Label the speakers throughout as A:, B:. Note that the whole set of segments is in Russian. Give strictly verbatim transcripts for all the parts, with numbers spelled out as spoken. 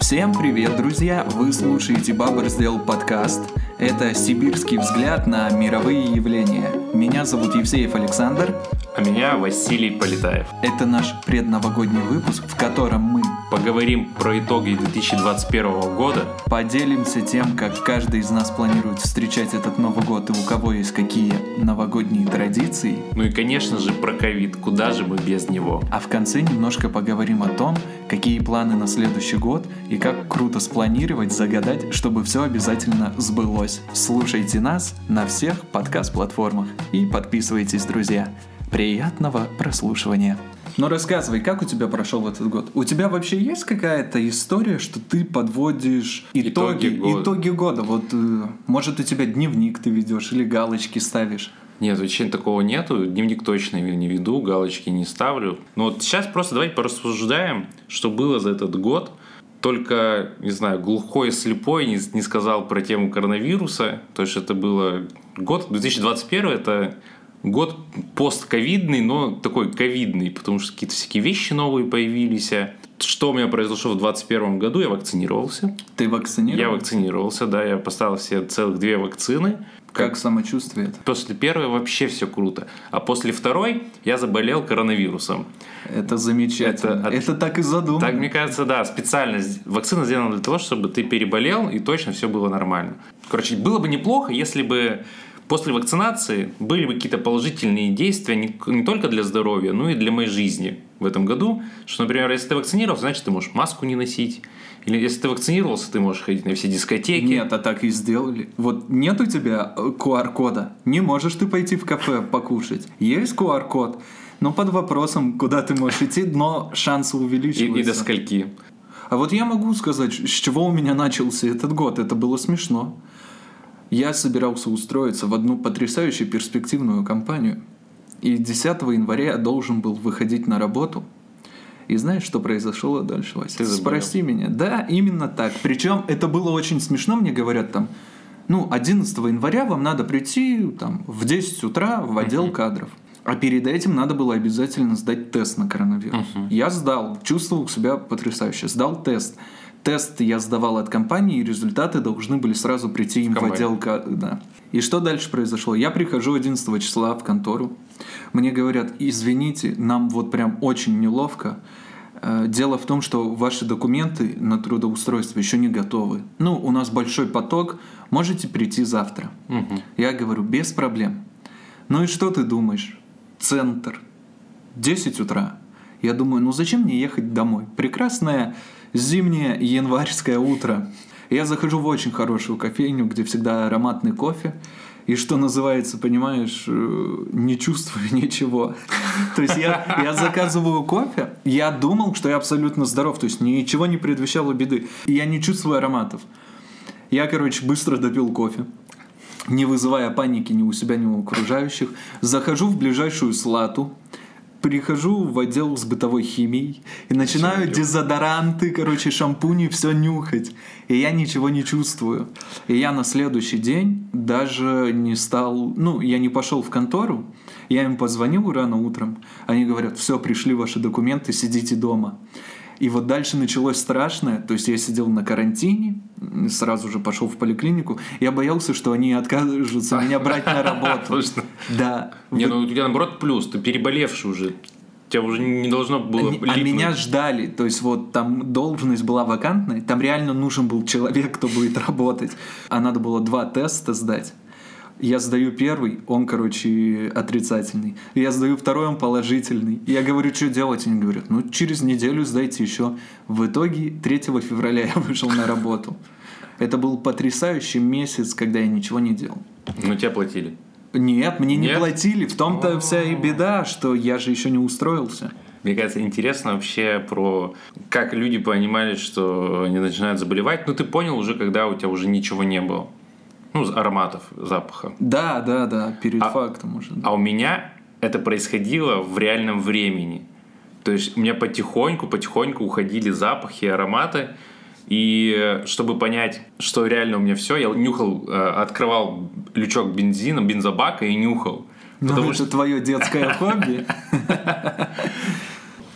A: Всем привет, друзья! Вы слушаете «Бабр сделал подкаст». Это сибирский взгляд на мировые явления. Меня зовут Евсеев Александр.
B: А меня Василий Полетаев.
A: Это наш предновогодний выпуск, в котором мы
B: поговорим про итоги две тысячи двадцать первого года,
A: поделимся тем, как каждый из нас планирует встречать этот Новый год и у кого есть какие новогодние традиции.
B: Ну и, конечно же, про ковид, куда же мы без него.
A: А в конце немножко поговорим о том, какие планы на следующий год и как круто спланировать, загадать, чтобы все обязательно сбылось. Слушайте нас на всех подкаст-платформах и подписывайтесь, друзья. Приятного прослушивания. Ну рассказывай, как у тебя прошел этот год? У тебя вообще есть какая-то история, что ты подводишь итоги, итоги, года. итоги года? Вот, может, у тебя дневник ты ведешь или галочки ставишь?
B: Нет, вообще такого нету. Дневник точно не веду, галочки не ставлю. Но вот сейчас просто давайте порассуждаем, что было за этот год. Только, не знаю, глухой и слепой не, не сказал про тему коронавируса. То есть это было год, две тысячи двадцать первый, это год постковидный, но такой ковидный, потому что какие-то всякие вещи новые появились. Что у меня произошло в двадцать первом году? Я вакцинировался.
A: Ты вакцинировался?
B: Я вакцинировался, да. Я поставил все целых две вакцины.
A: Как, как самочувствие?
B: После первой вообще все круто. А после второй я заболел коронавирусом.
A: Это замечательно. Это, это так и задумано.
B: Так, мне кажется, да, специально. Вакцина сделана для того, чтобы ты переболел, и точно все было нормально. Короче, было бы неплохо, если бы после вакцинации были бы какие-то положительные действия не, не только для здоровья, но и для моей жизни в этом году. Что, например, если ты вакцинировался, значит, ты можешь маску не носить. Или если ты вакцинировался, ты можешь ходить на все дискотеки.
A: Нет, а так и сделали. Вот нет у тебя ку ар-кода, не можешь ты пойти в кафе покушать. Есть ку ар-код, но под вопросом, куда ты можешь идти, но шансы увеличиваются.
B: И, и до скольки.
A: А вот я могу сказать, с чего у меня начался этот год. Это было смешно. Я собирался устроиться в одну потрясающую перспективную компанию. И десятого января я должен был выходить на работу. И знаешь, что произошло дальше, Вася?
B: Ты заболел.
A: Спроси меня. Да, именно так. Причем это было очень смешно. Мне говорят там, ну, одиннадцатого января вам надо прийти там, в десять утра в отдел uh-huh. кадров. А перед этим надо было обязательно сдать тест на коронавирус. Uh-huh. Я сдал, чувствовал себя потрясающе. Сдал тест. Тест я сдавал от компании, и результаты должны были сразу прийти им в, в отдел кадров. Да. И что дальше произошло? Я прихожу одиннадцатого числа в контору. Мне говорят, извините, нам вот прям очень неловко. Дело в том, что ваши документы на трудоустройство еще не готовы. Ну, у нас большой поток, можете прийти завтра. Угу. Я говорю, без проблем. Ну и что ты думаешь? Центр. десять утра. Я думаю, ну зачем мне ехать домой? Прекрасное зимнее январское утро. Я захожу в очень хорошую кофейню, где всегда ароматный кофе. И что называется, понимаешь, не чувствую ничего. То есть я, я заказываю кофе, я думал, что я абсолютно здоров, то есть ничего не предвещало беды. И я не чувствую ароматов. Я, короче, быстро допил кофе, не вызывая паники ни у себя, ни у окружающих. Захожу в ближайшую Слату, прихожу в отдел с бытовой химией и начинаю дезодоранты, короче, шампуни, все нюхать. И я ничего не чувствую. И я на следующий день даже не стал... Ну, я не пошел в контору. Я им позвонил рано утром. Они говорят, все, пришли ваши документы, сидите дома. И вот дальше началось страшное. То есть я сидел на карантине, сразу же пошел в поликлинику. Я боялся, что они откажутся меня брать на работу. Да.
B: Не, ну у тебя наоборот плюс. Ты переболевший уже. Тебя уже не должно было липнуть.
A: А меня ждали. То есть вот там должность была вакантной. Там реально нужен был человек, кто будет работать. А надо было два теста сдать. Я сдаю первый, он, короче, отрицательный. Я сдаю второй, он положительный. Я говорю, что делать? Они говорят, ну, через неделю сдайте еще. В итоге третьего февраля я вышел на работу. Это был потрясающий месяц, когда я ничего не делал.
B: Но тебя платили?
A: Нет, мне
B: Нет?
A: не платили. В том-то О-о-о. вся и беда, что я же еще не устроился.
B: Мне кажется, интересно вообще про как люди понимали, что они начинают заболевать. Ну, ты понял уже, когда у тебя уже ничего не было. Ну, ароматов, запаха.
A: Да, да, да, перед
B: а,
A: фактом уже. Да.
B: А у меня это происходило в реальном времени. То есть у меня потихоньку-потихоньку уходили запахи, ароматы. И чтобы понять, что реально у меня все, я нюхал, открывал лючок бензина, бензобака и нюхал.
A: Ну, это что... твое детское хобби.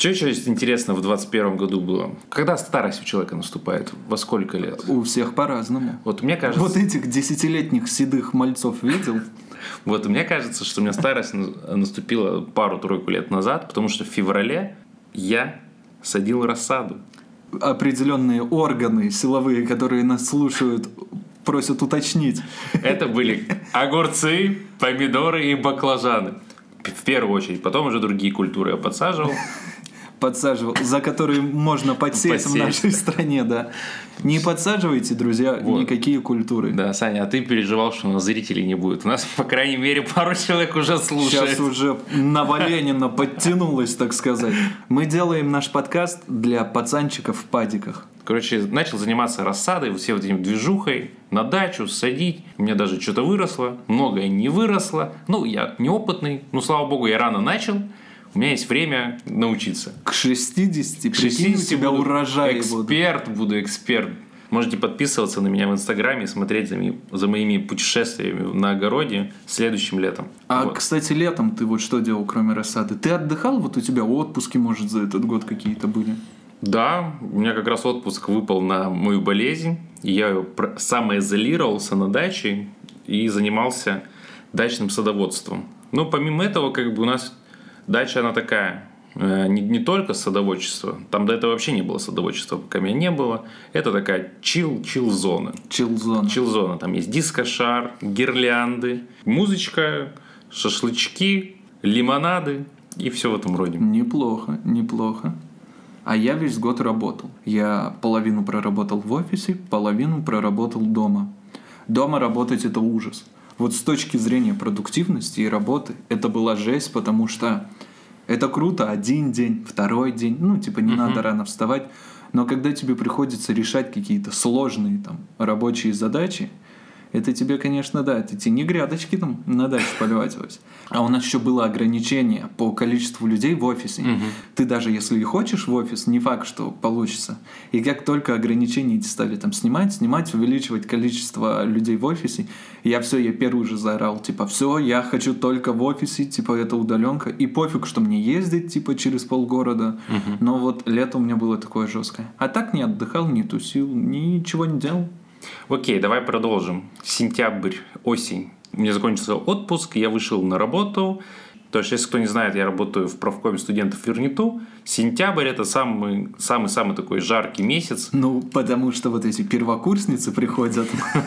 B: Что еще интересно в двадцать первом году было? Когда старость у человека наступает? Во сколько лет?
A: У всех по-разному.
B: Вот мне кажется...
A: Вот этих десятилетних седых мальцов видел?
B: Вот мне кажется, что у меня старость наступила пару-тройку лет назад, потому что в феврале я садил рассаду.
A: Определенные органы силовые, которые нас слушают, просят уточнить.
B: Это были огурцы, помидоры и баклажаны. В первую очередь. Потом уже другие культуры я подсаживал.
A: Подсаживал, за которые можно подсесть, подсесть в нашей стране, да. Не подсаживайте, друзья, вот. Никакие культуры.
B: Да, Саня, а ты переживал, что у нас зрителей не будет. У нас, по крайней мере, пару человек уже слушает.
A: Сейчас уже Новоленина подтянулась, так сказать. Мы делаем наш подкаст для пацанчиков в падиках.
B: Короче, начал заниматься рассадой, все вот этим движухой, на дачу садить. У меня даже что-то выросло, многое не выросло. Ну, я неопытный, ну, слава богу, я рано начал. У меня есть время научиться.
A: К шестидесяти, к шестидесяти у тебя урожай
B: эксперт буду. буду, эксперт. Можете подписываться на меня в Инстаграме и смотреть за, ми, за моими путешествиями на огороде следующим летом.
A: А,
B: вот.
A: Кстати, летом ты вот что делал, кроме рассады? Ты отдыхал? Вот у тебя отпуски, может, за этот год какие-то были?
B: Да, у меня как раз отпуск выпал на мою болезнь. Я самоизолировался на даче и занимался дачным садоводством. Но помимо этого, как бы у нас... Дача, она такая, э, не, не только садоводчество. Там до этого вообще не было садоводчества, пока меня не было. Это такая чил, чил-зона.
A: Чил-зона.
B: Чил-зона. Там есть диско-шар, гирлянды, музычка, шашлычки, лимонады и все в этом роде.
A: Неплохо, неплохо. А я весь год работал. Я половину проработал в офисе, половину проработал дома. Дома работать – это ужас. Вот с точки зрения продуктивности и работы это была жесть, потому что это круто один день, второй день, ну типа не uh-huh. надо рано вставать, но когда тебе приходится решать какие-то сложные там рабочие задачи, это тебе, конечно, да, это тебе не грядочки там на даче поливать. А у нас еще было ограничение по количеству людей в офисе. Угу. Ты даже если и хочешь в офис, не факт, что получится. И как только ограничения эти стали там снимать, снимать, увеличивать количество людей в офисе, я все, я первый же заорал, типа, все, я хочу только в офисе, типа, это удаленка. И пофиг, что мне ездить, типа, через полгорода. Угу. Но вот лето у меня было такое жесткое. А так не отдыхал, не тусил, ничего не делал.
B: Окей, давай продолжим. Сентябрь, осень. У меня закончился отпуск, я вышел на работу. То есть, если кто не знает, я работаю в профкоме студентов ЮрНИТУ. Сентябрь – это самый, самый-самый такой жаркий месяц.
A: Ну, потому что вот эти первокурсницы приходят.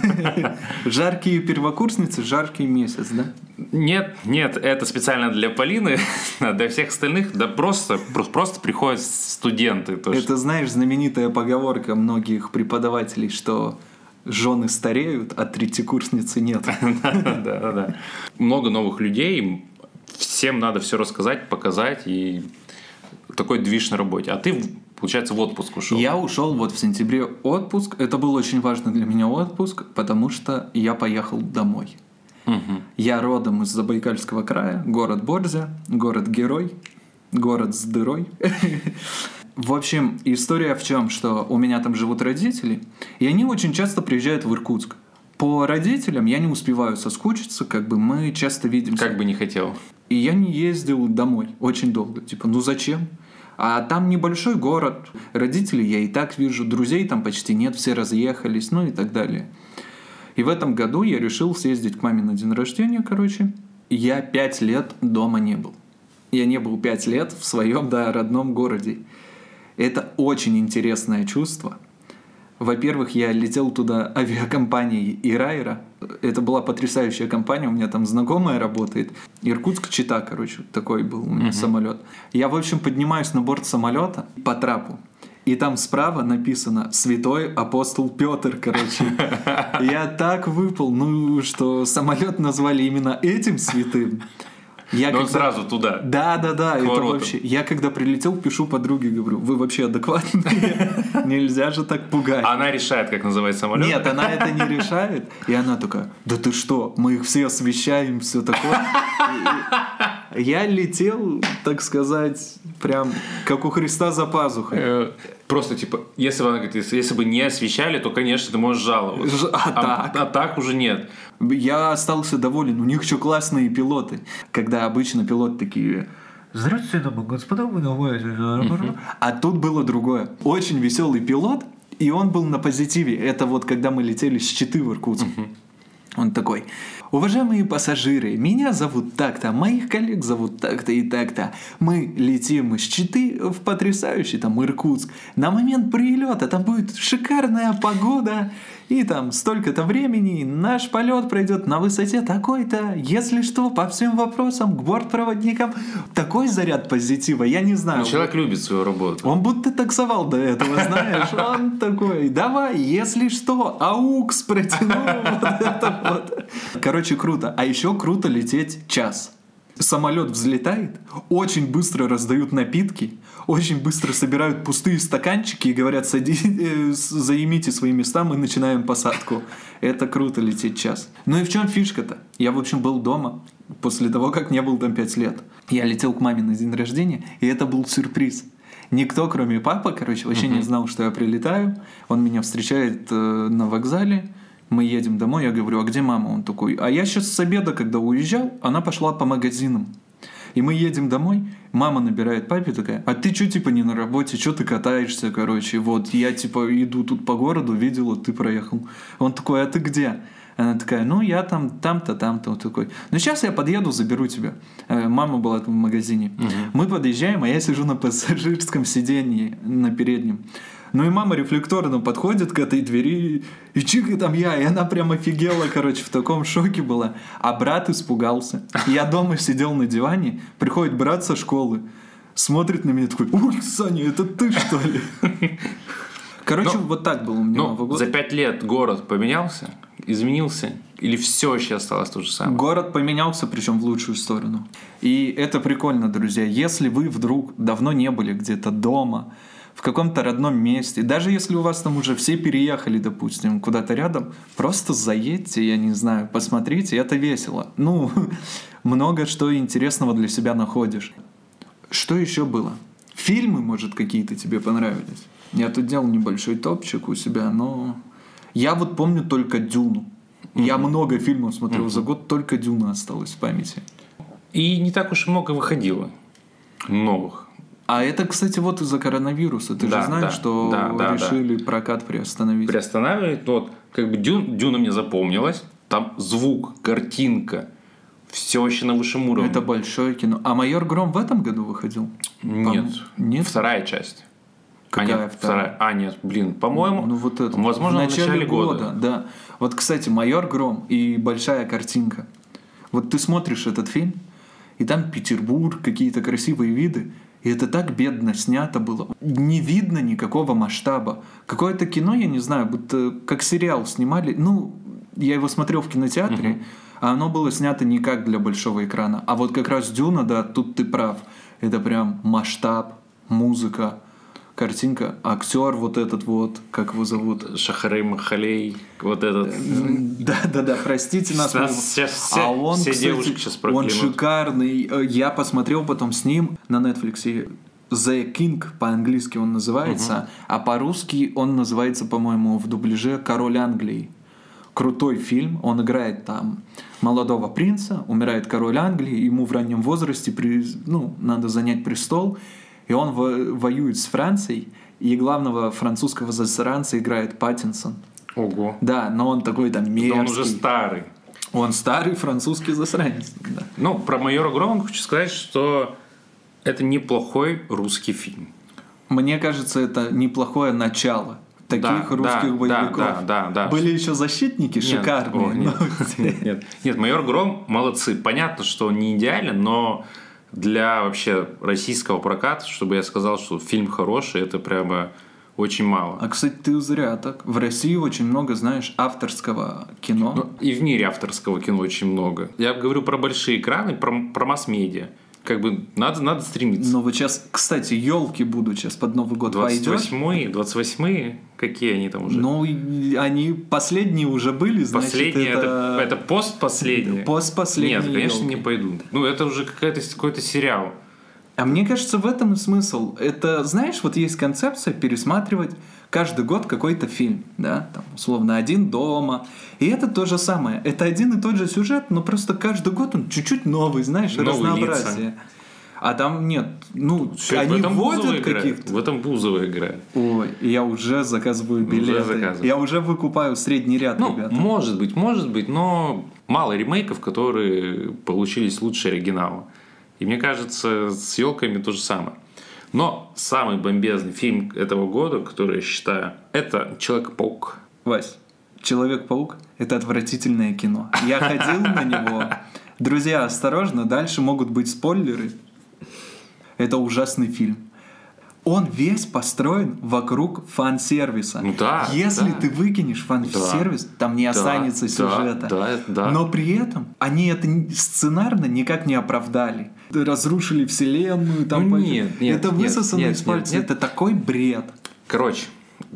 A: Жаркие первокурсницы, жаркий месяц, да?
B: Нет, нет, это специально для Полины, для всех остальных, да просто, просто приходят студенты.
A: Это, знаешь, знаменитая поговорка многих преподавателей, что... Жены стареют, а третьекурсницы нет.
B: Да-да-да. Много новых людей, всем надо все рассказать, показать, и такой движ на работе. А ты, получается, в отпуск ушел.
A: Я ушел вот в сентябре отпуск. Это был очень важный для меня отпуск, потому что я поехал домой. Угу. Я родом из Забайкальского края, город Борзя, город-герой, город с дырой. В общем, история в чем, что у меня там живут родители, и они очень часто приезжают в Иркутск. По родителям я не успеваю соскучиться, как бы мы часто видимся.
B: Как бы не хотел.
A: И я не ездил домой очень долго. Типа, ну зачем? А там небольшой город, родителей я и так вижу, друзей там почти нет, все разъехались, ну и так далее. И в этом году я решил съездить к маме на день рождения, короче. Я пять лет дома не был. Я не был пять лет в своем, да, родном городе. Это очень интересное чувство. Во-первых, я летел туда авиакомпанией Ирайра. Это была потрясающая компания, у меня там знакомая работает. Иркутск-Чита, короче, такой был у меня uh-huh. самолет. Я, в общем, поднимаюсь на борт самолета по трапу. И там справа написано «Святой апостол Петр», короче. Я так выпал, ну, что самолет назвали именно этим святым.
B: Я Но когда... сразу туда.
A: Да, да, да. Это вообще. Я когда прилетел, пишу подруге, говорю, вы вообще адекватные? Нельзя же так пугать.
B: Она решает, как называть самолет?
A: Нет, она это не решает. И она такая, да ты что, мы их все освещаем, все такое. Я летел, так сказать, прям как у Христа за пазухой.
B: Просто, типа, если бы, она говорит, если бы не освещали, то, конечно, ты можешь жаловаться.
A: А, а, так?
B: а так уже нет.
A: Я остался доволен. У них еще классные пилоты. Когда обычно пилоты такие Здравствуйте, дамы и господа, вы на... А тут было другое. Очень веселый пилот, и он был на позитиве. Это вот когда мы летели с Читы в Иркутск. Он такой: уважаемые пассажиры, меня зовут так-то, моих коллег зовут так-то и так-то. Мы летим из Читы в потрясающий там Иркутск. На момент прилета там будет шикарная погода, и там столько-то времени, наш полет пройдет на высоте такой-то. Если что, по всем вопросам к бортпроводникам. Такой заряд позитива, я не знаю.
B: Ну, человек любит свою работу.
A: Он будто таксовал до этого, знаешь. Он такой: давай, если что, аукс протянул. Вот это вот. Короче, круто. А еще круто лететь час. Самолет взлетает, очень быстро раздают напитки, очень быстро собирают пустые стаканчики и говорят: Сади, э, займите свои места, мы начинаем посадку. Это круто лететь час. Ну и в чем фишка-то? Я, в общем, был дома после того, как мне было там пять лет. Я летел к маме на день рождения, и это был сюрприз. Никто, кроме папы, короче, вообще uh-huh. не знал, что я прилетаю. Он меня встречает э, на вокзале. Мы едем домой, я говорю: а где мама? Он такой: а я сейчас с обеда, когда уезжал, она пошла по магазинам. И мы едем домой, мама набирает папе, такая: а ты что, типа, не на работе, что ты катаешься, короче, вот, я, типа, иду тут по городу, видела, ты проехал. Он такой: а ты где? Она такая: ну, я там, там-то, там-то. Он такой: ну, сейчас я подъеду, заберу тебя. Мама была там в магазине. Угу. Мы подъезжаем, а я сижу на пассажирском сиденье, на переднем. Ну и мама рефлекторно подходит к этой двери, и чика там я, и она прям офигела, короче, в таком шоке была. А брат испугался. Я дома сидел на диване, приходит брат со школы, смотрит на меня такой: ой, Саня, это ты, что ли? Короче, ну, вот так было у меня
B: ну,
A: Новый год.
B: За пять лет город поменялся, изменился? Или все еще осталось то же самое?
A: Город поменялся, причем в лучшую сторону. И это прикольно, друзья. Если вы вдруг давно не были где-то дома, в каком-то родном месте, даже если у вас там уже все переехали, допустим, куда-то рядом, просто заедьте, я не знаю, посмотрите, это весело. Ну, много что интересного для себя находишь. Что еще было? Фильмы, может, какие-то тебе понравились? Я тут делал небольшой топчик у себя, но... Я вот помню только «Дюну». Mm-hmm. Я много фильмов смотрел mm-hmm. за год, только «Дюна» осталась в памяти.
B: И не так уж и много выходило новых.
A: А это, кстати, вот из-за коронавируса. Ты да, же знаешь, да, что да, решили да. прокат приостановить.
B: Приостанавливать. Вот, как бы Дюн, Дюна мне запомнилась. Там звук, картинка. Все вообще на высшем уровне.
A: Это большое кино. А «Майор Гром» в этом году выходил?
B: Нет.
A: Пом... Нет?
B: Вторая часть.
A: Какая
B: а, нет,
A: вторая?
B: вторая? А, нет, блин, по-моему,
A: ну, вот это.
B: возможно,
A: в начале,
B: в начале года.
A: года. Да. Вот, кстати, «Майор Гром» и «Большая картинка». Вот ты смотришь этот фильм, и там Петербург, какие-то красивые виды, и это так бедно снято было. Не видно никакого масштаба. Какое-то кино, я не знаю, будто как сериал снимали. Ну, я его смотрел в кинотеатре, uh-huh. а оно было снято не как для большого экрана. А вот как раз «Дюна», да, тут ты прав. Это прям масштаб, музыка, картинка, актер вот этот вот, как его зовут?
B: Шахрей Махалей, вот этот.
A: Да-да-да, простите нас.
B: Сейчас все, а он, все кстати, девушки сейчас проклянут.
A: Он шикарный. Я посмотрел потом с ним на Netflix. The King по-английски он называется, uh-huh. а по-русски он называется, по-моему, в дубляже «Король Англии». Крутой фильм, он играет там молодого принца, умирает король Англии, ему в раннем возрасте при, ну, надо занять престол, и он во- воюет с Францией, и главного французского засранца играет Паттинсон.
B: Ого.
A: Да, но он такой там мерзкий.
B: Да он уже старый.
A: Он старый французский засранец. Да.
B: Ну, про «Майора Грома» хочу сказать, что это неплохой русский фильм.
A: Мне кажется, это неплохое начало таких да, русских
B: да,
A: боевиков.
B: Да, да, да,
A: Были да. еще «Защитники» нет, шикарные.
B: О, нет. нет. нет, «Майор Гром» молодцы. Понятно, что он не идеален, но для вообще российского проката, чтобы я сказал, что фильм хороший, это прямо очень мало.
A: А, кстати, ты зря так. В России очень много, знаешь, авторского кино.
B: Ну, и в мире авторского кино очень много. Я говорю про большие экраны, про, про масс-медиа. Как бы надо, надо стремиться.
A: Ну, вот сейчас, кстати, елки будут сейчас под Новый год пойдешь.
B: двадцать восьмые, двадцать восьмые, какие они там уже?
A: Ну, они последние уже были, значит,
B: последние,
A: это...
B: это, это постпоследние?
A: Постпоследние.
B: Нет, конечно,
A: елки.
B: Не пойду. Ну, это уже какая-то, какой-то сериал.
A: А мне кажется, в этом и смысл. Это, знаешь, вот есть концепция пересматривать каждый год какой-то фильм, да, там, условно, «Один дома». И это то же самое. Это один и тот же сюжет, но просто каждый год он чуть-чуть новый, знаешь, новые разнообразие. Лица. А там нет, ну,
B: Всё,
A: они
B: в этом Бузова
A: вводят
B: играет.
A: каких-то.
B: В этом Бузова играет.
A: Ой, я уже заказываю билеты.
B: Уже заказываю.
A: Я уже выкупаю средний ряд,
B: Ну,
A: ребята.
B: может быть, может быть, но мало ремейков, которые получились лучше оригинала. И мне кажется, с елками то же самое. Но самый бомбезный фильм этого года, который я считаю, это «Человек-паук».
A: Вась, «Человек-паук» — это отвратительное кино. Я ходил на него. Друзья, осторожно, дальше могут быть спойлеры. Это ужасный фильм. Он весь построен вокруг фан-сервиса.
B: Ну да,
A: Если
B: да.
A: ты выкинешь фан-сервис,
B: Да.
A: там не
B: Да,
A: останется
B: да,
A: сюжета.
B: да, да.
A: Но при этом они это сценарно никак не оправдали. Разрушили вселенную. Там
B: Ну
A: по-
B: нет, нет,
A: это
B: нет,
A: высосано
B: нет,
A: из пальца.
B: нет, нет.
A: Это такой бред.
B: Короче,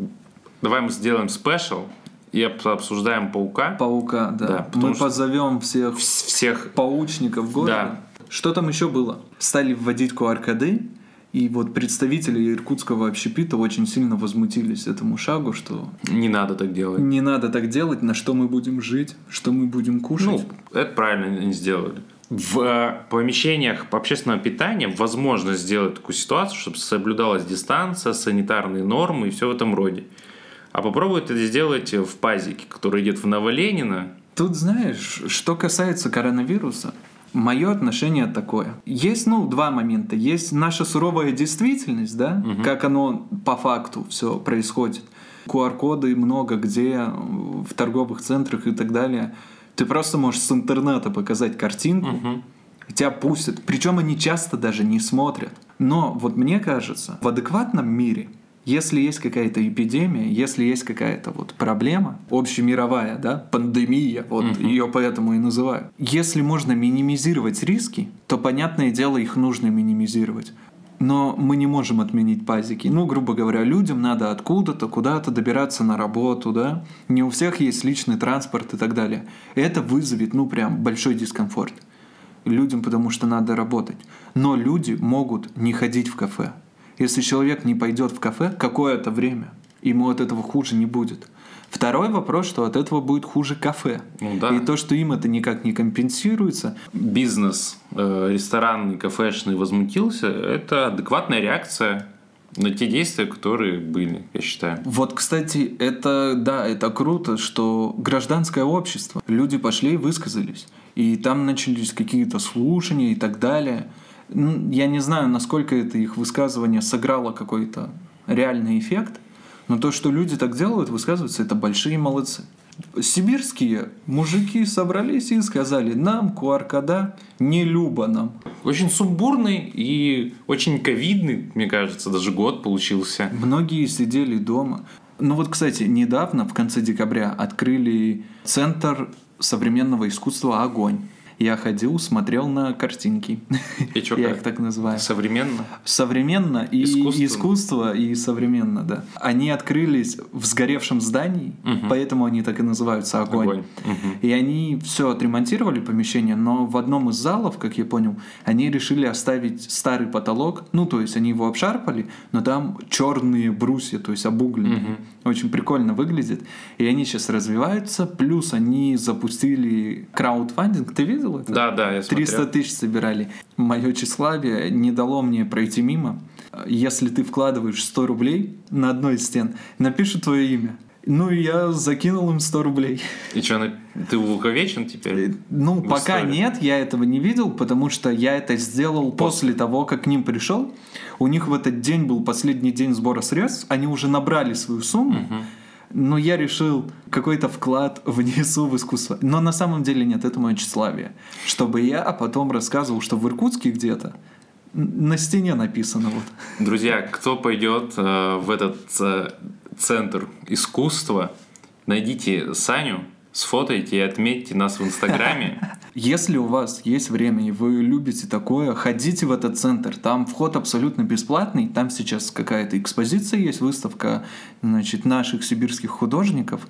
B: давай мы сделаем спешл и об- обсуждаем «Паука».
A: Паука, да.
B: Да, потому
A: Мы
B: что-
A: позовем всех
B: Вс- Всех.
A: паучников города. Что там еще было? Стали вводить ку ар-коды, и вот представители иркутского общепита очень сильно возмутились этому шагу, что
B: Не надо так делать.
A: не надо так делать, на что мы будем жить, что мы будем кушать.
B: Ну, это правильно они сделали. В э, помещениях общественного питания возможно сделать такую ситуацию, чтобы соблюдалась дистанция, санитарные нормы и все в этом роде. А попробуй это сделать в пазике, который идет в Новоленина.
A: Тут, знаешь, что касается коронавируса, мое отношение такое. Есть, ну, два момента. Есть наша суровая действительность, да,
B: Мгм.
A: как оно по факту все происходит. ку ар-коды много где, в торговых центрах и так далее. Ты просто можешь с интернета показать картинку,
B: Мгм.
A: и тебя пустят. Причем они часто даже не смотрят. Но вот мне кажется, в адекватном мире, если есть какая-то эпидемия, если есть какая-то вот проблема общемировая, да, пандемия, вот
B: Мгм.
A: ее поэтому и называют. Если можно минимизировать риски, то, понятное дело, их нужно минимизировать. Но мы не можем отменить пазики. Ну, грубо говоря, людям надо откуда-то, куда-то добираться на работу, да. Не у всех есть личный транспорт и так далее. Это вызовет, ну, прям большой дискомфорт людям, потому что надо работать. Но люди могут не ходить в кафе. Если человек не пойдет в кафе какое-то время, ему от этого хуже не будет. Второй вопрос, что от этого будет хуже кафе.
B: Ну да.
A: И то, что им это никак не компенсируется.
B: Бизнес э, ресторанный, кафешный возмутился, это адекватная реакция на те действия, которые были, я считаю.
A: Вот, кстати, это, да, это круто, что гражданское общество, люди пошли и высказались. И там начались какие-то слушания и так далее. Ну, я не знаю, насколько это их высказывание сыграло какой-то реальный эффект, но то, что люди так делают, высказываются, это большие молодцы. Сибирские мужики собрались и сказали: нам ку ар-кода не любо нам.
B: Очень сумбурный и очень ковидный, мне кажется, даже год получился.
A: Многие сидели дома. Ну вот, кстати, недавно, в конце декабря, открыли Центр современного искусства «Огонь». Я ходил, смотрел на картинки.
B: И чё,
A: Я
B: как?
A: их так называю.
B: Современно.
A: Современно и
B: Искусство.
A: искусство, и современно, да. Они открылись в сгоревшем здании,
B: Мгм.
A: поэтому они так и называются «Огонь».
B: Огонь. Мгм.
A: И они все отремонтировали помещение, но в одном из залов, как я понял, они решили оставить старый потолок. Ну, то есть они его обшарпали, но там черные брусья, то есть обугленные.
B: Мгм.
A: Очень прикольно выглядит. И они сейчас развиваются. Плюс они запустили краудфандинг. Ты видел это?
B: Да, да, я смотрел.
A: триста тысяч собирали. Мое тщеславие не дало мне пройти мимо. Если ты вкладываешь сто рублей на одной из стен, напишут твое имя. Ну, и я закинул им сто рублей.
B: И что, ты увековечен теперь?
A: Ну,
B: В
A: пока
B: истории.
A: нет, я этого не видел, потому что я это сделал после того, как к ним пришел. У них в этот день был последний день сбора средств, они уже набрали свою сумму,
B: Мгм.
A: но я решил какой-то вклад внесу в искусство. Но на самом деле нет, это мое тщеславие. Чтобы я потом рассказывал, что в Иркутске где-то н- на стене написано вот.
B: Друзья, кто пойдет э, в этот э, центр искусства, найдите Саню, сфотайте и отметьте нас в Инстаграме.
A: Если у вас есть время и вы любите такое, ходите в этот центр. Там вход абсолютно бесплатный. Там сейчас какая-то экспозиция есть, выставка, значит, наших сибирских художников.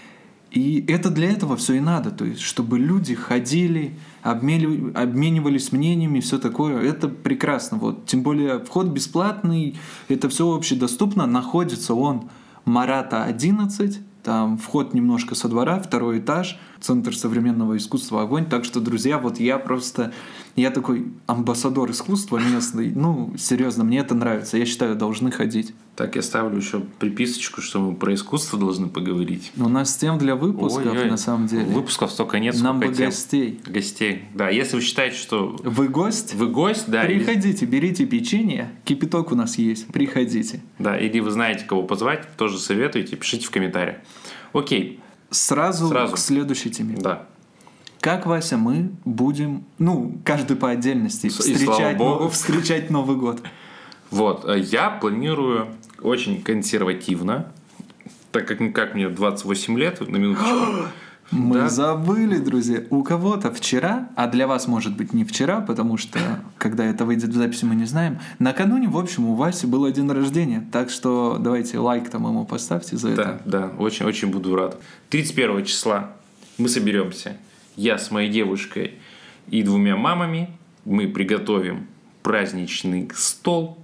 A: И это для этого все и надо. То есть, чтобы люди ходили, обмели- обменивались мнениями, все такое. Это прекрасно. Вот. Тем более вход бесплатный, это все общедоступно. Находится он Марата одиннадцать. Там вход немножко со двора, второй этаж. Центр современного искусства «Огонь». Так что, друзья, вот я просто... Я такой амбассадор искусства местный. Ну, серьезно, мне это нравится. Я считаю, должны ходить.
B: Так, я ставлю еще приписочку, что мы про искусство должны поговорить.
A: У нас тем для выпусков,
B: Ой-ой.
A: на самом деле.
B: Выпусков столько нет,
A: Нам
B: сколько
A: бы
B: тем.
A: гостей.
B: Гостей. Да, если вы считаете, что
A: Вы гость?
B: вы гость, да.
A: Приходите, берите печенье. Кипяток у нас есть. Приходите.
B: Или, да, или вы знаете, кого позвать, тоже советуйте, пишите в комментариях. Окей.
A: Сразу,
B: Сразу.
A: к следующей теме.
B: Да.
A: Как, Вася, мы будем, ну, каждый по отдельности,
B: И слава
A: встречать,
B: богу.
A: но- встречать Новый год?
B: Вот, э, я планирую очень консервативно, так как, как мне двадцать восемь лет, на минуточку.
A: Мы
B: Да.
A: забыли, друзья. У кого-то вчера, а для вас, может быть, не вчера, потому что, когда это выйдет в записи, мы не знаем. Накануне, в общем, у Васи был день рождения. Так что давайте лайк там ему поставьте за это.
B: Да, да, очень-очень буду рад. тридцать первого числа мы соберемся. Я с моей девушкой и двумя мамами. Мы приготовим праздничный стол.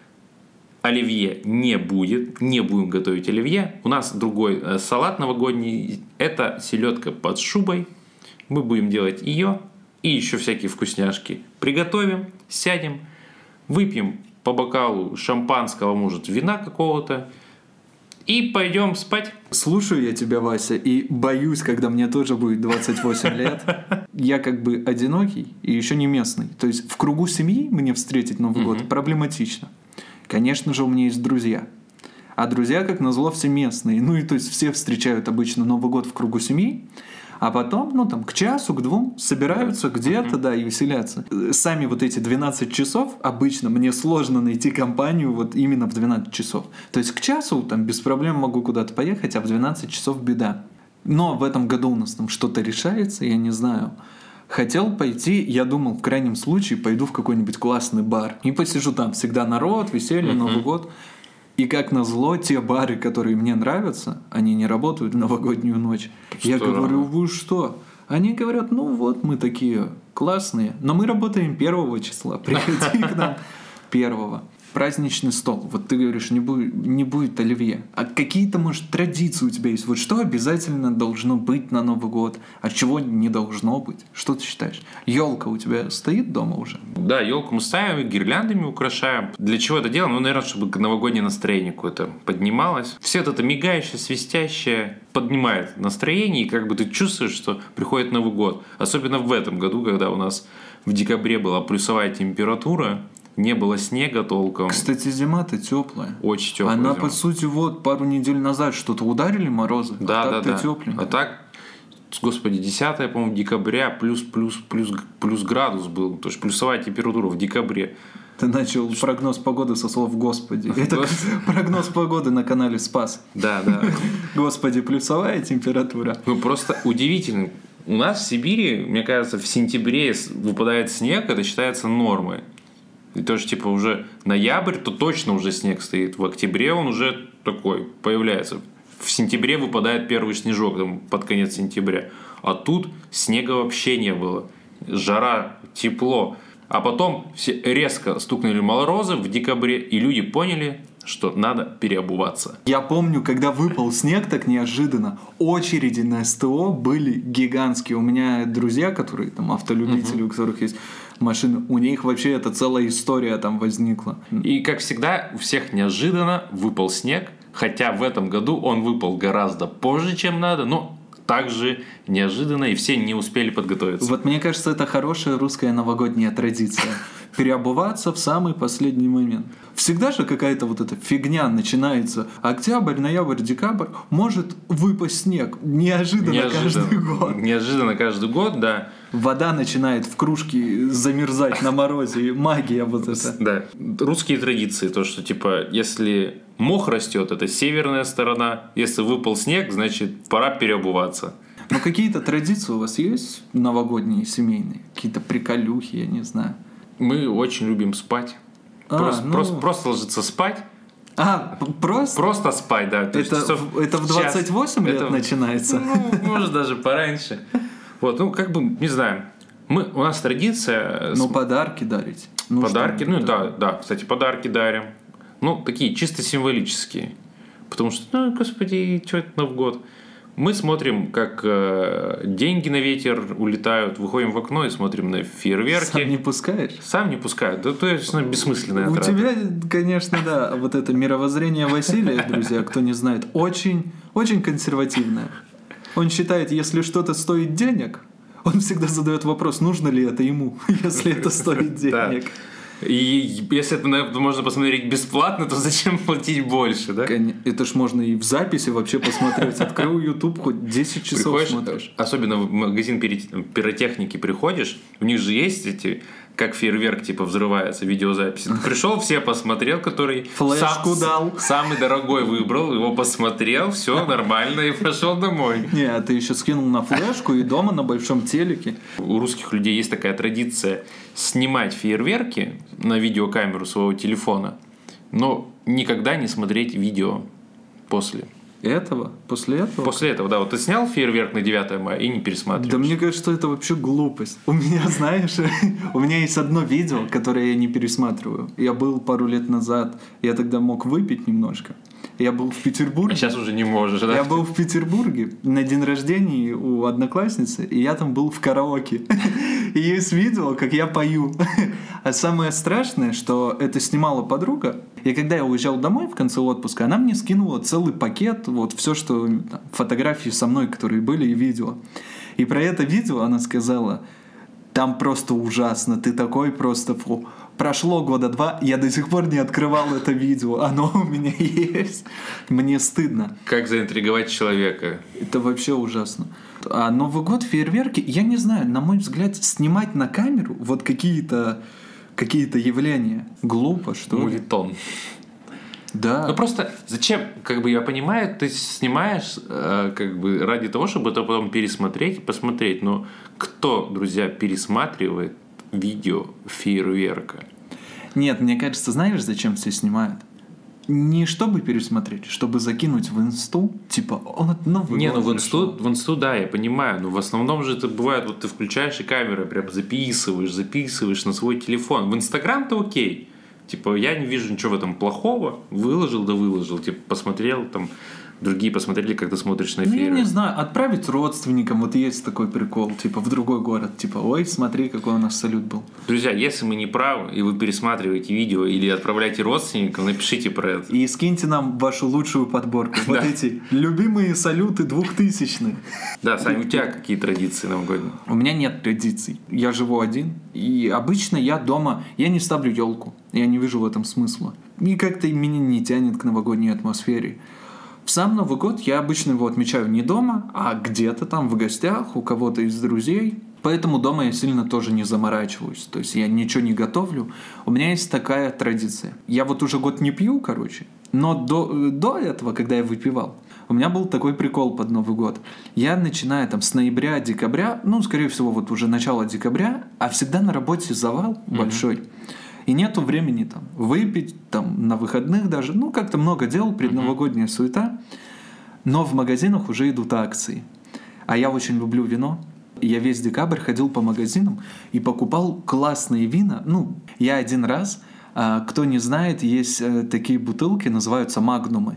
B: Оливье не будет, не будем готовить оливье. У нас другой э, салат новогодний. Это селедка под шубой. Мы будем делать ее. И еще всякие вкусняшки. Приготовим, сядем, выпьем по бокалу шампанского, может, вина какого-то. И пойдем спать.
A: Слушаю я тебя, Вася, и боюсь, когда мне тоже будет двадцать восемь лет. Я как бы одинокий и еще не местный. То есть в кругу семьи мне встретить Новый год проблематично. Конечно же, у меня есть друзья. А друзья, как назло, все местные. Ну и то есть все встречают обычно Новый год в кругу семьи, а потом, ну там, к часу, к двум собираются где-то, да, и веселятся. Сами вот эти двенадцать часов, обычно мне сложно найти компанию вот именно в двенадцать часов. То есть к часу там без проблем могу куда-то поехать, а в двенадцать часов беда. Но в этом году у нас там что-то решается, я не знаю. Хотел пойти, я думал, в крайнем случае пойду в какой-нибудь классный бар. И посижу там, всегда народ, веселье, Новый год. И как назло, те бары, которые мне нравятся, они не работают в новогоднюю ночь. Я
B: Здорово.
A: говорю, вы что? Они говорят, ну вот, мы такие классные, но мы работаем первого числа, приходи к нам первого. Праздничный стол. Вот ты говоришь, не будет, не будет оливье. А какие-то, может, традиции у тебя есть? Вот что обязательно должно быть на Новый год, а чего не должно быть? Что ты считаешь? Елка у тебя стоит дома уже?
B: Да, елку мы ставим, гирляндами украшаем. Для чего это делаем? Ну, наверное, чтобы новогоднее настроение какое-то поднималось. Все это мигающее, свистящее поднимает настроение, и как бы ты чувствуешь, что приходит Новый год. Особенно в этом году, когда у нас в декабре была плюсовая температура, не было снега толком.
A: Кстати, зима-то теплая.
B: Очень теплая
A: Она,
B: зима.
A: по сути, вот пару недель назад что-то ударили морозы,
B: Да,
A: а
B: да,
A: так-то
B: да.
A: тепленько.
B: А так, господи, десятое, по-моему, декабря плюс, плюс, плюс, плюс градус был. То есть плюсовая температура в декабре.
A: Ты начал прогноз погоды со слов «Господи». Это прогноз погоды на канале «Спас».
B: Да, да.
A: Господи, плюсовая температура.
B: Ну, просто удивительно. У нас в Сибири, мне кажется, в сентябре выпадает снег, это считается нормой. И тоже, типа, уже ноябрь, то точно уже снег стоит. В октябре он уже такой появляется. В сентябре выпадает первый снежок, там, под конец сентября. А тут снега вообще не было. Жара, тепло. А потом все резко стукнули морозы в декабре, и люди поняли, что надо переобуваться.
A: Я помню, когда выпал снег так неожиданно, очереди на СТО были гигантские. У меня друзья, которые там автолюбители, у которых есть машины, у них вообще это целая история там возникла.
B: И, как всегда, у всех неожиданно выпал снег, хотя в этом году он выпал гораздо позже, чем надо, но также неожиданно, и все не успели подготовиться.
A: Вот мне кажется, это хорошая русская новогодняя традиция. Переобуваться в самый последний момент. Всегда же какая-то вот эта фигня начинается. Октябрь, ноябрь, декабрь. Может выпасть снег. Неожиданно, каждый год.
B: Неожиданно каждый год, да.
A: Вода начинает в кружке замерзать на морозе. Магия вот эта.
B: Да. Русские традиции. То, что типа, если мох растет, это северная сторона. Если выпал снег, значит пора переобуваться.
A: Ну какие-то традиции у вас есть новогодние, семейные? Какие-то приколюхи, я не знаю.
B: Мы очень любим спать.
A: А,
B: просто,
A: ну...
B: просто, просто ложиться спать.
A: А, просто?
B: Просто спать, да. То
A: это,
B: есть,
A: в, это в двадцать восемь лет
B: это,
A: начинается?
B: Ну, может, даже пораньше. Вот, ну, как бы, не знаю. Мы, у нас традиция...
A: Ну, подарки дарить. Ну,
B: подарки, ну,
A: да.
B: да, да. Кстати, подарки дарим. Ну, такие чисто символические. Потому что, ну, господи, что это Новый год? Мы смотрим, как э, деньги на ветер улетают, выходим в окно и смотрим на фейерверки.
A: Сам не пускаешь?
B: Сам не пускают. Да, то есть, ну, бессмысленная
A: У
B: трата.
A: тебя, конечно, да, вот это мировоззрение Василия, друзья, кто не знает, очень, очень консервативное. Он считает, если что-то стоит денег, он всегда задает вопрос, нужно ли это ему, если это стоит денег.
B: И если это можно посмотреть бесплатно, то зачем платить больше, да?
A: Это ж можно и в записи вообще посмотреть. Открыл YouTube, хоть десять часов
B: приходишь,
A: смотришь.
B: Особенно в магазин пиротехники приходишь, у них же есть эти, как фейерверк типа взрывается, видеозаписи. Ты пришел, все посмотрел, который
A: флешку
B: сам,
A: дал.
B: Самый дорогой выбрал, его посмотрел, все нормально и пошел домой.
A: Не, а ты еще скинул на флешку и дома на большом телеке.
B: У русских людей есть такая традиция снимать фейерверки на видеокамеру своего телефона, но никогда не смотреть видео после.
A: Этого? После этого?
B: После этого, да. Вот ты снял фейерверк на девятое мая и не пересматриваешь.
A: Да мне кажется, что это вообще глупость. У меня, знаешь, у меня есть одно видео, которое я не пересматриваю. Я был пару лет назад, я тогда мог выпить немножко. Я был в Петербурге.
B: А сейчас уже не можешь, да?
A: Я был в Петербурге на день рождения у одноклассницы, и я там был в караоке. И есть видео, как я пою. А самое страшное, что это снимала подруга. И когда я уезжал домой в конце отпуска, она мне скинула целый пакет, вот все, что там, фотографии со мной, которые были, и видео. И про это видео она сказала: там просто ужасно, ты такой просто фу. Прошло года два, я до сих пор не открывал это видео, оно у меня есть. Мне стыдно.
B: Как заинтриговать человека?
A: Это вообще ужасно. А Новый год, фейерверки, я не знаю, на мой взгляд, снимать на камеру вот какие-то какие-то явления глупо, что ли.
B: Мувитон.
A: Да.
B: Ну просто зачем, как бы я понимаю, ты снимаешь э, как бы ради того, чтобы это потом пересмотреть и посмотреть. Но кто, друзья, пересматривает видео фейерверка?
A: Нет, мне кажется, знаешь, зачем все снимают? Не чтобы пересмотреть, чтобы закинуть в инсту, типа, он Новый
B: Не,
A: год
B: ну в инсту,
A: пришел.
B: в инсту, да, я понимаю, но в основном же это бывает, вот ты включаешь и камеру прям записываешь, записываешь на свой телефон. В Инстаграм-то окей. Типа, я не вижу ничего в этом плохого. Выложил, да выложил. Типа, посмотрел, там, другие посмотрели, как ты смотришь на
A: Ну,
B: фейерверк.
A: я не знаю, отправить родственникам, вот есть такой прикол, типа, в другой город, типа, ой, смотри, какой у нас салют был.
B: Друзья, если мы не правы, и вы пересматриваете видео или отправляете родственникам, напишите про это.
A: И скиньте нам вашу лучшую подборку. Вот
B: Да.
A: эти любимые салюты двухтысячных.
B: Да, Сань, у тебя какие традиции новогодние?
A: У меня нет традиций. Я живу один. И обычно я дома, я не ставлю елку. Я не вижу в этом смысла. И как-то меня не тянет к новогодней атмосфере. В сам Новый год я обычно его отмечаю не дома, а где-то там в гостях у кого-то из друзей. Поэтому дома я сильно тоже не заморачиваюсь. То есть я ничего не готовлю. У меня есть такая традиция. Я вот уже год не пью, короче. Но до, до этого, когда я выпивал, у меня был такой прикол под Новый год. Я начинаю там с ноября-декабря, ну, скорее всего, вот уже начало декабря, а всегда на работе завал mm-hmm. большой. И нету времени там выпить, там на выходных даже. Ну, как-то много дел, предновогодняя mm-hmm. суета. Но в магазинах уже идут акции. А я очень люблю вино. Я весь декабрь ходил по магазинам и покупал классные вина. Ну, я один раз, кто не знает, есть такие бутылки, называются магнумы.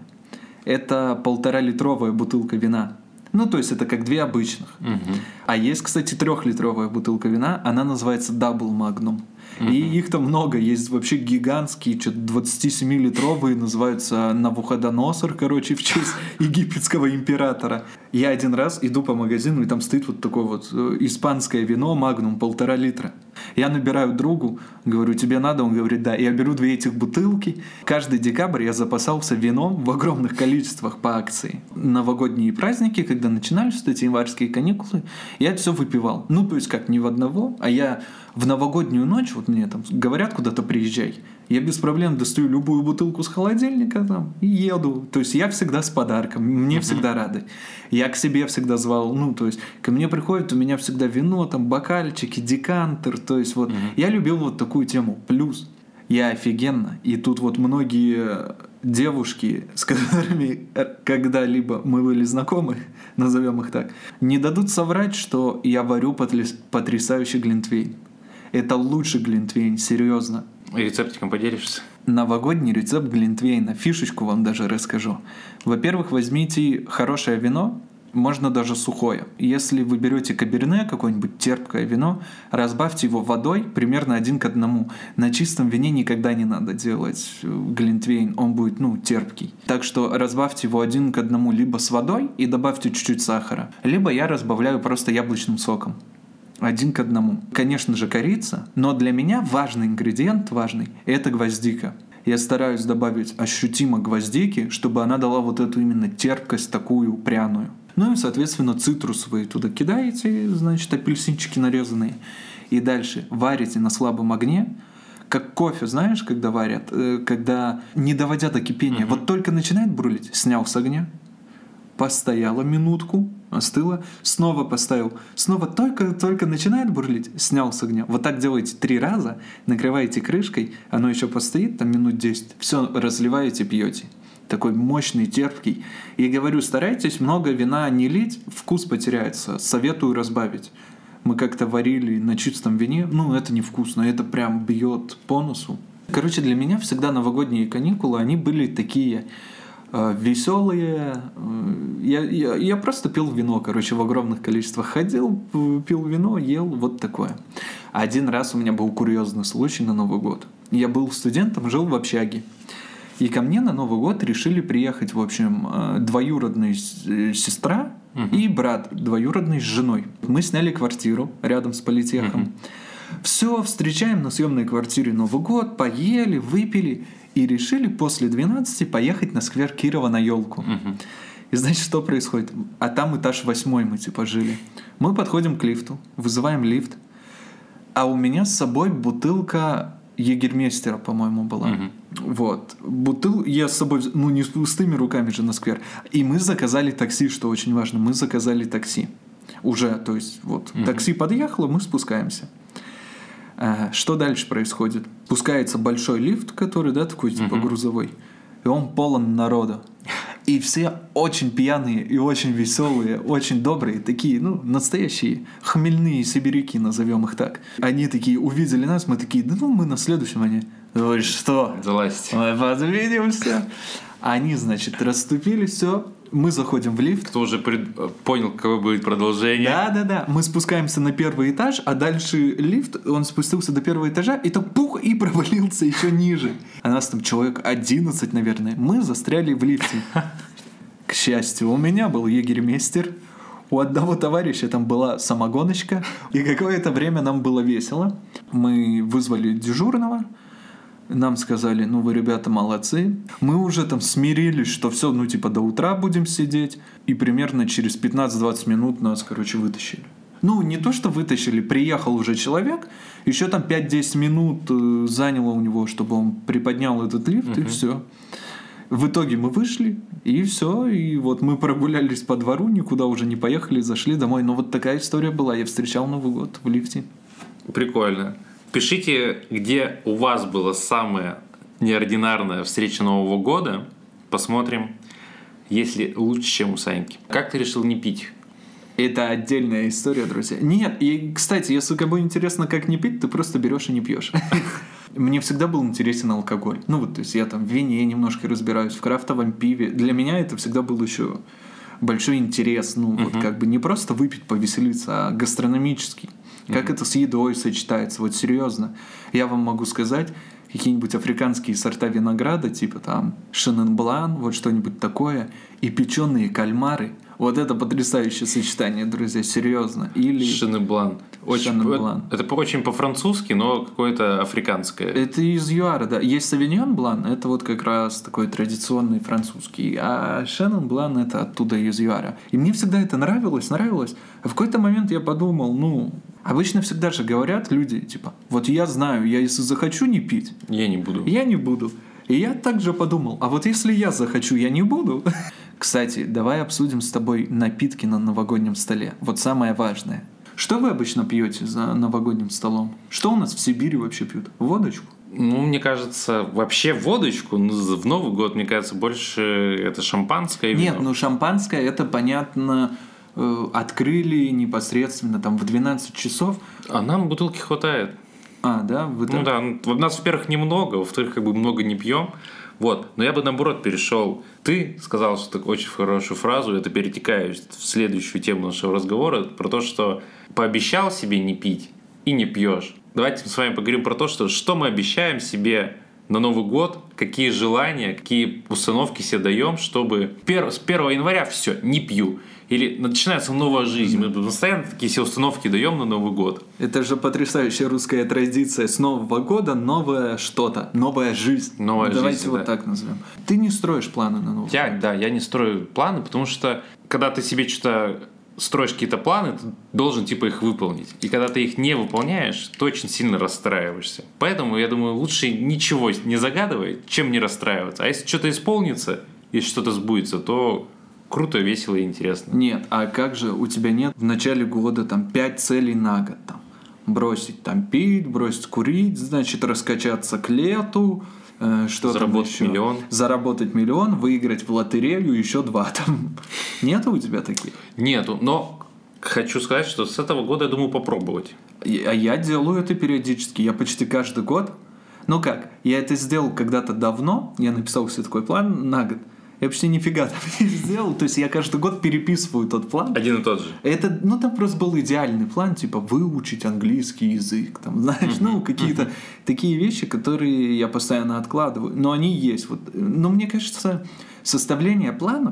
A: Это полторалитровая бутылка вина. Ну, то есть это как две обычных. Uh-huh. А есть, кстати, трехлитровая бутылка вина, она называется Double Magnum. Uh-huh. И их там много, есть вообще гигантские, что-то двадцатисемилитровые, называются Навуходоносор, короче, в честь египетского императора. Я один раз иду по магазину, и там стоит вот такое вот испанское вино Magnum, полтора литра. Я набираю другу, говорю, тебе надо? Он говорит, да. Я беру две этих бутылки. Каждый декабрь я запасался вином в огромных количествах по акции. Новогодние праздники, когда начинались вот эти январские каникулы, я это все выпивал. Ну, то есть как, не в одного, а я в новогоднюю ночь, вот мне там говорят куда-то приезжай, я без проблем достаю любую бутылку с холодильника там и еду. То есть я всегда с подарком, мне uh-huh. всегда рады. Я к себе всегда звал, ну, то есть ко мне приходит, у меня всегда вино, там, бокальчики, декантер, то есть вот uh-huh. я любил вот такую тему. Плюс я офигенно, и тут вот многие девушки, с которыми когда-либо мы были знакомы, назовем их так, не дадут соврать, что я варю потрясающий глинтвейн. Это лучший глинтвейн, серьезно.
B: И рецептиком поделишься?
A: Новогодний рецепт глинтвейна. Фишечку вам даже расскажу. Во-первых, возьмите хорошее вино, можно даже сухое. Если вы берете каберне, какое-нибудь терпкое вино, разбавьте его водой примерно один к одному. На чистом вине никогда не надо делать глинтвейн, он будет, ну, терпкий. Так что разбавьте его один к одному либо с водой и добавьте чуть-чуть сахара, либо я разбавляю просто яблочным соком. Один к одному. Конечно же, корица, но для меня важный ингредиент, важный, это гвоздика. Я стараюсь добавить ощутимо гвоздики, чтобы она дала вот эту именно терпкость такую пряную. Ну и, соответственно, цитрус вы туда кидаете, значит, апельсинчики нарезанные. И дальше варите на слабом огне, как кофе, знаешь, когда варят, когда не доводя до кипения, mm-hmm. вот только начинает бурлить, снял с огня, постояла минутку, остыла, снова поставил, снова только-только начинает бурлить, снял с огня. Вот так делаете три раза, накрываете крышкой, оно еще постоит там минут десять, все разливаете, пьете. Такой мощный, терпкий. И говорю, старайтесь много вина не лить, вкус потеряется, советую разбавить. Мы как-то варили на чистом вине, ну это невкусно, это прям бьет по носу. Короче, для меня всегда новогодние каникулы, они были такие... веселые. Я, я, я просто пил вино, короче, в огромных количествах. Ходил, пил вино, ел, вот такое. Один раз у меня был курьезный случай на Новый год. Я был студентом, жил в общаге. И ко мне на Новый год решили приехать, в общем, двоюродная сестра угу. и брат двоюродный с женой. Мы сняли квартиру рядом с политехом. Угу. Все, встречаем на съемной квартире Новый год, поели, выпили. И решили после двенадцати поехать на сквер Кирова на елку. Uh-huh. И значит, что происходит? А там этаж восьмой мы типа жили. Мы подходим к лифту, вызываем лифт, а у меня с собой бутылка Егермейстера, по-моему, была. Uh-huh. Вот. Бутыл... Я с собой, ну не с пустыми руками же на сквер. И мы заказали такси, что очень важно. Мы заказали такси. Уже, то есть, вот, uh-huh. такси подъехало, мы спускаемся. Что дальше происходит? Спускается большой лифт, который, да, такой типа uh-huh. грузовой, и он полон народа. И все очень пьяные и очень веселые, очень добрые, такие, ну, настоящие хмельные сибиряки, назовем их так. Они такие увидели нас, мы такие, да ну мы на следующем, они, вы что?
B: Залазьте.
A: Мы подвидимся. Они, значит, расступились, все. Мы заходим в лифт.
B: Кто уже пред... понял, какое будет продолжение.
A: Да-да-да. Мы спускаемся на первый этаж, а дальше лифт, он спустился до первого этажа, и то пух, и провалился еще ниже. А нас там человек одиннадцать, наверное. Мы застряли в лифте. К счастью, у меня был егермейстер. У одного товарища там была самогоночка. И какое-то время нам было весело. Мы вызвали дежурного. Нам сказали, ну вы, ребята, молодцы. Мы уже там смирились, что все, ну типа до утра будем сидеть. И примерно через пятнадцать-двадцать минут нас, короче, вытащили. Ну, не то, что вытащили, приехал уже человек. Еще там пять-десять минут заняло у него, чтобы он приподнял этот лифт, uh-huh. и все. В итоге мы вышли, и все. И вот мы прогулялись по двору, никуда уже не поехали, зашли домой. Но вот такая история была. Я встречал Новый год в лифте.
B: Прикольно. Пишите, где у вас была самая неординарная встреча Нового года. Посмотрим, есть ли лучше, чем у Саньки. Как ты решил не пить?
A: Это отдельная история, друзья. Нет, и, кстати, если кому интересно, как не пить, ты просто берешь и не пьешь. Мне всегда был интересен алкоголь. Ну вот, то есть я там в вине немножко разбираюсь, в крафтовом пиве. Для меня это всегда был еще большой интерес. Ну вот как бы не просто выпить, повеселиться, а гастрономический. Как mm-hmm. это с едой сочетается, вот серьезно. Я вам могу сказать, какие-нибудь африканские сорта винограда, типа там Шенен-Блан, вот что-нибудь такое, и печеные кальмары. Вот это потрясающее сочетание, друзья, серьезно. Или
B: Шенен-Блан. Очень,
A: Шенен-Блан.
B: Это, это очень по-французски, но какое-то африканское.
A: Это из ЮАРа, да. Есть Савиньон-Блан, это вот как раз такой традиционный французский, а Шенен-Блан это оттуда из ЮАРа. И мне всегда это нравилось, нравилось. А в какой-то момент я подумал, ну, обычно всегда же говорят люди, типа, вот я знаю, я если захочу не пить,
B: я не буду.
A: Я не буду. И я также подумал, а вот если я захочу, я не буду. Кстати, давай обсудим с тобой напитки на новогоднем столе. Вот самое важное. Что вы обычно пьете за новогодним столом? Что у нас в Сибири вообще пьют? Водочку?
B: Ну, мне кажется, вообще водочку в Новый год, мне кажется, больше это шампанское вино.
A: Нет, ну шампанское, это понятно, открыли непосредственно там в двенадцать часов.
B: А нам бутылки хватает.
A: А, да? Вы
B: ну
A: так...
B: да, у нас, во-первых, немного, во-вторых, как бы много не пьем, Вот. Но я бы, наоборот, перешел. Ты сказал, что так очень хорошую фразу, это перетекает в следующую тему нашего разговора, про то, что пообещал себе не пить и не пьешь. Давайте мы с вами поговорим про то, что, что мы обещаем себе на Новый год, какие желания, какие установки себе даем, чтобы с первого января все, не пью. Или начинается новая жизнь. Мы постоянно такие все установки даем на Новый год.
A: Это же потрясающая русская традиция. С Нового года новое что-то, новая жизнь.
B: Новая
A: Давайте
B: жизнь,
A: вот
B: да.
A: так назовем. Ты не строишь планы на Новый
B: я,
A: год?
B: Да, я не строю планы, потому что когда ты себе что-то строишь какие-то планы, ты должен типа их выполнить. И когда ты их не выполняешь, ты очень сильно расстраиваешься. Поэтому, я думаю, лучше ничего не загадывай, чем не расстраиваться. А если что-то исполнится, если что-то сбудется, то круто, весело и интересно.
A: Нет, а как же у тебя нет в начале года там пять целей на год? Там, бросить там пить, бросить курить, значит, раскачаться к лету, э, что
B: заработать
A: там еще?
B: миллион.
A: Заработать миллион, выиграть в лотерею, еще два там. Нету у тебя таких?
B: Нету, но хочу сказать, что с этого года я думаю попробовать.
A: А я делаю это периодически. Я почти каждый год. Ну как, я это сделал когда-то давно. Я написал себе такой план на год. Я почти нифига там не сделал. То есть я каждый год переписываю тот план.
B: Один и тот же. Это,
A: ну там просто был идеальный план, типа выучить английский язык. Там, знаешь, uh-huh, ну какие-то uh-huh. такие вещи, которые я постоянно откладываю. Но они есть. Вот. Но мне кажется, составление планов,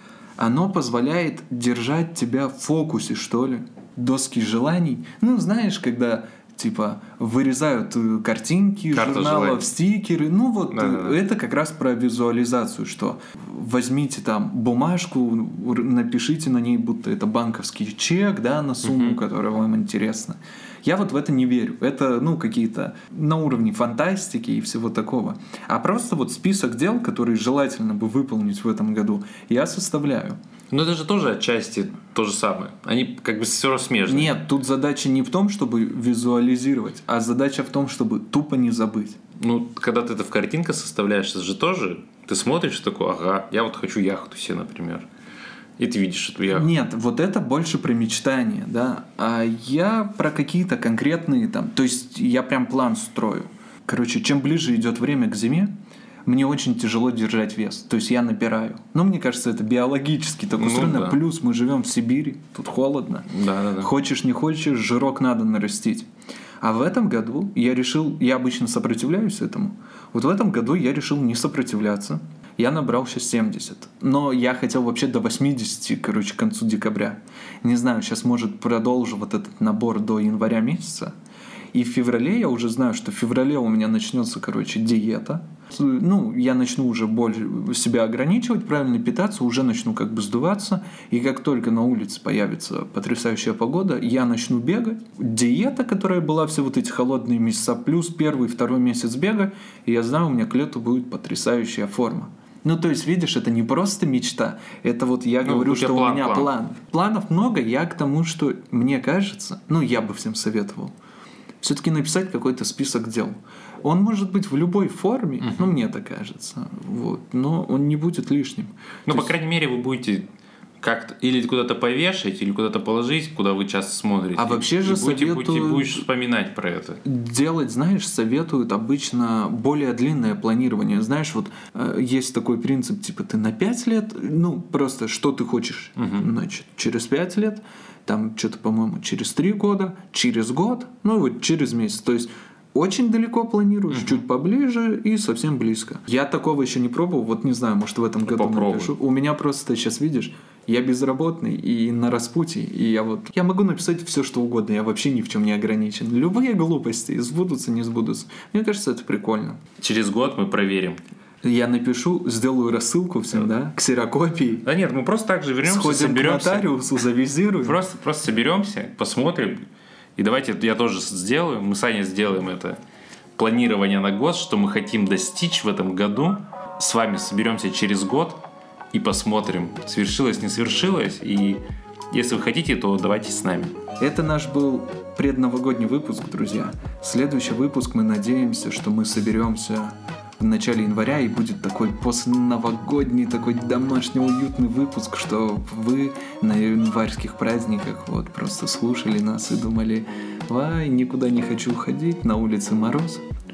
A: оно позволяет держать тебя в фокусе, что ли. Доски желаний. Ну, знаешь, когда типа вырезают картинки,
B: Карта
A: журналов,
B: желаний.
A: стикеры. Ну вот
B: да, да, да.
A: это как раз про визуализацию, что возьмите там бумажку, напишите на ней, будто это банковский чек, да, на сумму, uh-huh. которая вам интересна. Я вот в это не верю. Это, ну, какие-то на уровне фантастики и всего такого. А просто вот список дел, которые желательно бы выполнить в этом году, я составляю.
B: Но это же тоже отчасти то же самое. Они как бы все смежные.
A: Нет, тут задача не в том, чтобы визуализировать, а задача в том, чтобы тупо не забыть.
B: Ну, когда ты это в картинках составляешь, это же тоже... Ты смотришь такой, ага, я вот хочу яхту себе, например. И ты видишь эту яхту.
A: Нет, вот это больше про мечтания, да. А я про какие-то конкретные там... То есть я прям план строю. Короче, чем ближе идет время к зиме, мне очень тяжело держать вес. То есть я набираю. Но мне кажется, это биологически так устроено. Ну, да. Плюс мы живем в Сибири, тут холодно.
B: Да, да, да.
A: Хочешь, не хочешь, жирок надо нарастить. А в этом году я решил... Я обычно сопротивляюсь этому. Вот в этом году я решил не сопротивляться. Я набрал сейчас семьдесят. Но я хотел вообще до восьмидесяти, короче, к концу декабря. Не знаю, сейчас, может, продолжу вот этот набор до января месяца. И в феврале я уже знаю, что в феврале у меня начнется, короче, диета. Ну, я начну уже больше себя ограничивать, правильно питаться, уже начну как бы сдуваться. И как только на улице появится потрясающая погода, я начну бегать. Диета, которая была все вот эти холодные месяца, плюс первый, второй месяц бега, и я знаю, у меня к лету будет потрясающая форма. Ну, то есть, видишь, это не просто мечта, это вот я ну, говорю, что план, у меня план. план. Планов много, я к тому, что мне кажется, ну, я бы всем советовал, все-таки написать какой-то список дел. Он может быть в любой форме, uh-huh. ну, мне так кажется, вот, но он не будет лишним.
B: Ну, по
A: есть...
B: крайней мере, вы будете как-то или куда-то повешать, или куда-то положить, куда вы часто смотрите.
A: А вообще же
B: будете,
A: советуют...
B: будете, будешь вспоминать про это.
A: Делать, знаешь, советуют обычно более длинное планирование. Знаешь, вот э, есть такой принцип, типа, ты на пять лет, ну, просто что ты хочешь, uh-huh. значит, через пять лет, там, что-то, по-моему, через три года, через год, ну, вот через месяц. То есть очень далеко планируешь, uh-huh. чуть поближе и совсем близко. Я такого еще не пробовал, вот не знаю, может в этом году
B: Попробуй.
A: напишу. У меня просто сейчас, видишь, я безработный и на распутье, и я вот... Я могу написать все, что угодно, я вообще ни в чем не ограничен. Любые глупости, сбудутся, не сбудутся. Мне кажется, это прикольно.
B: Через год мы проверим.
A: Я напишу, сделаю рассылку всем, да, ксерокопии.
B: Да нет, мы просто так же вернемся,
A: сходим
B: соберемся.
A: к нотариусу, завизируем.
B: Просто, просто соберемся, посмотрим. И давайте я тоже сделаю, мы с Аней сделаем это планирование на год, что мы хотим достичь в этом году. С вами соберемся через год и посмотрим, свершилось, не свершилось. И если вы хотите, то давайте с нами.
A: Это наш был предновогодний выпуск, друзья. Следующий выпуск, мы надеемся, что мы соберемся в начале января, и будет такой постновогодний, такой домашний уютный выпуск, что вы на январских праздниках вот просто слушали нас и думали: вай, никуда не хочу уходить, на улице мороз.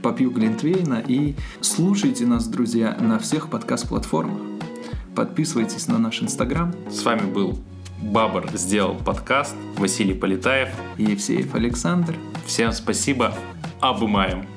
A: попью глинтвейна и слушайте нас, друзья, на всех подкаст-платформах. Подписывайтесь на наш Инстаграм.
B: С вами был Бабр сделал подкаст, Василий Полетаев
A: и Евсеев Александр.
B: Всем спасибо, обымаем.